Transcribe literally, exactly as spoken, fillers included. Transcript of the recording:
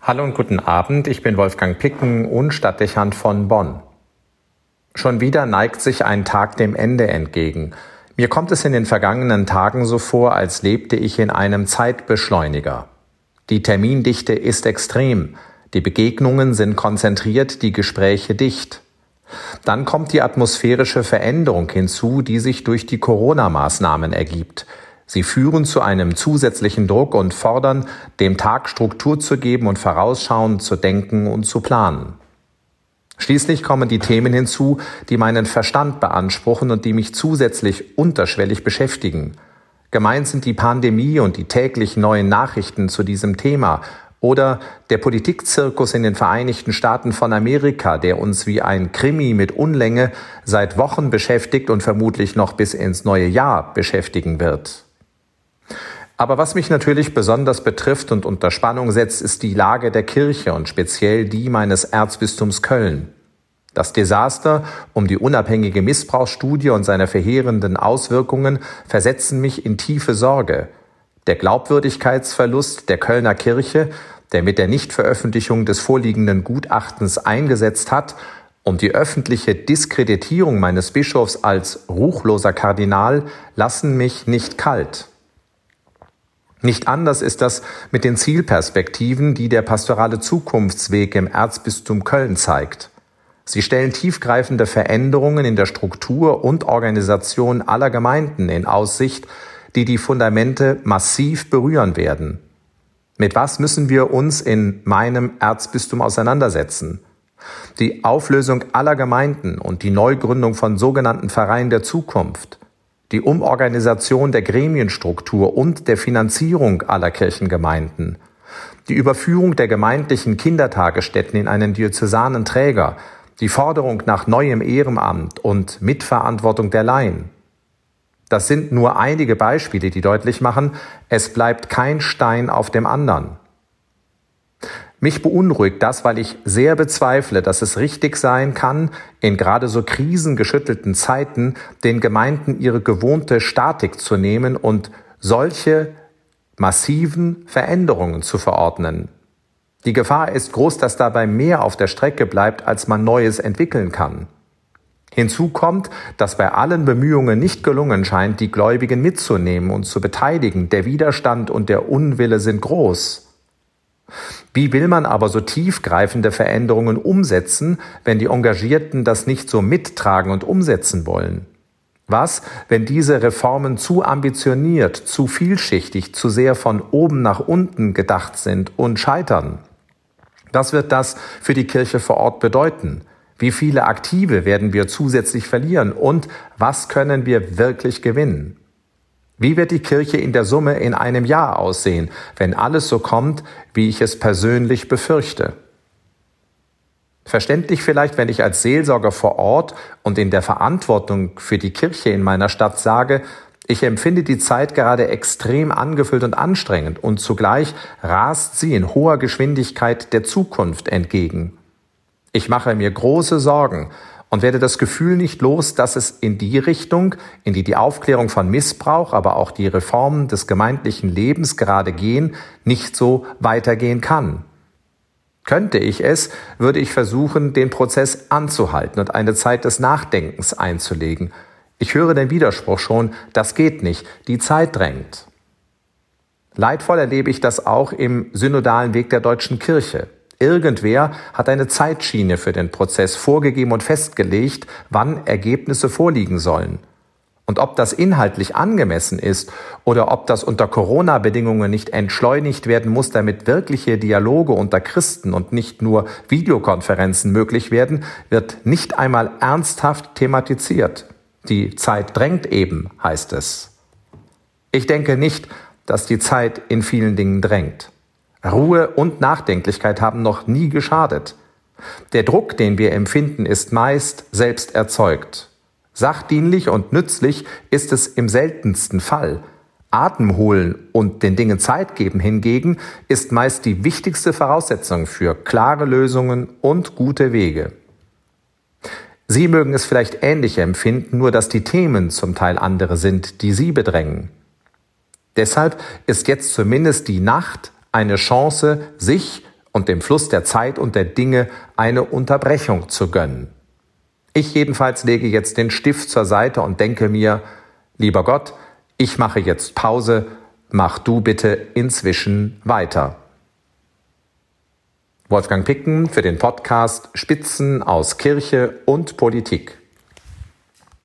Hallo und guten Abend, ich bin Wolfgang Picken und Stadtdechant von Bonn. Schon wieder neigt sich ein Tag dem Ende entgegen. Mir kommt es in den vergangenen Tagen so vor, als lebte ich in einem Zeitbeschleuniger. Die Termindichte ist extrem, die Begegnungen sind konzentriert, die Gespräche dicht. Dann kommt die atmosphärische Veränderung hinzu, die sich durch die Corona-Maßnahmen ergibt. Sie führen zu einem zusätzlichen Druck und fordern, dem Tag Struktur zu geben und vorausschauend zu denken und zu planen. Schließlich kommen die Themen hinzu, die meinen Verstand beanspruchen und die mich zusätzlich unterschwellig beschäftigen. Gemeint sind die Pandemie und die täglich neuen Nachrichten zu diesem Thema oder der Politikzirkus in den Vereinigten Staaten von Amerika, der uns wie ein Krimi mit Unlänge seit Wochen beschäftigt und vermutlich noch bis ins neue Jahr beschäftigen wird. Aber was mich natürlich besonders betrifft und unter Spannung setzt, ist die Lage der Kirche und speziell die meines Erzbistums Köln. Das Desaster um die unabhängige Missbrauchsstudie und seine verheerenden Auswirkungen versetzen mich in tiefe Sorge. Der Glaubwürdigkeitsverlust der Kölner Kirche, der mit der Nichtveröffentlichung des vorliegenden Gutachtens eingesetzt hat, und die öffentliche Diskreditierung meines Bischofs als ruchloser Kardinal lassen mich nicht kalt. Nicht anders ist das mit den Zielperspektiven, die der pastorale Zukunftsweg im Erzbistum Köln zeigt. Sie stellen tiefgreifende Veränderungen in der Struktur und Organisation aller Gemeinden in Aussicht, die die Fundamente massiv berühren werden. Mit was müssen wir uns in meinem Erzbistum auseinandersetzen? Die Auflösung aller Gemeinden und die Neugründung von sogenannten Vereinen der Zukunft, die Umorganisation der Gremienstruktur und der Finanzierung aller Kirchengemeinden, die Überführung der gemeindlichen Kindertagesstätten in einen diözesanen Träger, die Forderung nach neuem Ehrenamt und Mitverantwortung der Laien. Das sind nur einige Beispiele, die deutlich machen, es bleibt kein Stein auf dem anderen. Mich beunruhigt das, weil ich sehr bezweifle, dass es richtig sein kann, in gerade so krisengeschüttelten Zeiten den Gemeinden ihre gewohnte Statik zu nehmen und solche massiven Veränderungen zu verordnen. Die Gefahr ist groß, dass dabei mehr auf der Strecke bleibt, als man Neues entwickeln kann. Hinzu kommt, dass bei allen Bemühungen nicht gelungen scheint, die Gläubigen mitzunehmen und zu beteiligen. Der Widerstand und der Unwille sind groß. Wie will man aber so tiefgreifende Veränderungen umsetzen, wenn die Engagierten das nicht so mittragen und umsetzen wollen? Was, wenn diese Reformen zu ambitioniert, zu vielschichtig, zu sehr von oben nach unten gedacht sind und scheitern? Was wird das für die Kirche vor Ort bedeuten? Wie viele Aktive werden wir zusätzlich verlieren? Und was können wir wirklich gewinnen? Wie wird die Kirche in der Summe in einem Jahr aussehen, wenn alles so kommt, wie ich es persönlich befürchte? Verständlich vielleicht, wenn ich als Seelsorger vor Ort und in der Verantwortung für die Kirche in meiner Stadt sage, ich empfinde die Zeit gerade extrem angefüllt und anstrengend und zugleich rast sie in hoher Geschwindigkeit der Zukunft entgegen. Ich mache mir große Sorgen und werde das Gefühl nicht los, dass es in die Richtung, in die die Aufklärung von Missbrauch, aber auch die Reformen des gemeindlichen Lebens gerade gehen, nicht so weitergehen kann. Könnte ich es, würde ich versuchen, den Prozess anzuhalten und eine Zeit des Nachdenkens einzulegen. Ich höre den Widerspruch schon, das geht nicht, die Zeit drängt. Leidvoll erlebe ich das auch im synodalen Weg der deutschen Kirche. Irgendwer hat eine Zeitschiene für den Prozess vorgegeben und festgelegt, wann Ergebnisse vorliegen sollen. Und ob das inhaltlich angemessen ist oder ob das unter Corona-Bedingungen nicht entschleunigt werden muss, damit wirkliche Dialoge unter Christen und nicht nur Videokonferenzen möglich werden, wird nicht einmal ernsthaft thematisiert. Die Zeit drängt eben, heißt es. Ich denke nicht, dass die Zeit in vielen Dingen drängt. Ruhe und Nachdenklichkeit haben noch nie geschadet. Der Druck, den wir empfinden, ist meist selbst erzeugt. Sachdienlich und nützlich ist es im seltensten Fall. Atem holen und den Dingen Zeit geben hingegen ist meist die wichtigste Voraussetzung für klare Lösungen und gute Wege. Sie mögen es vielleicht ähnlich empfinden, nur dass die Themen zum Teil andere sind, die Sie bedrängen. Deshalb ist jetzt zumindest die Nacht eine Chance, sich und dem Fluss der Zeit und der Dinge eine Unterbrechung zu gönnen. Ich jedenfalls lege jetzt den Stift zur Seite und denke mir, lieber Gott, ich mache jetzt Pause, mach du bitte inzwischen weiter. Wolfgang Picken für den Podcast Spitzen aus Kirche und Politik.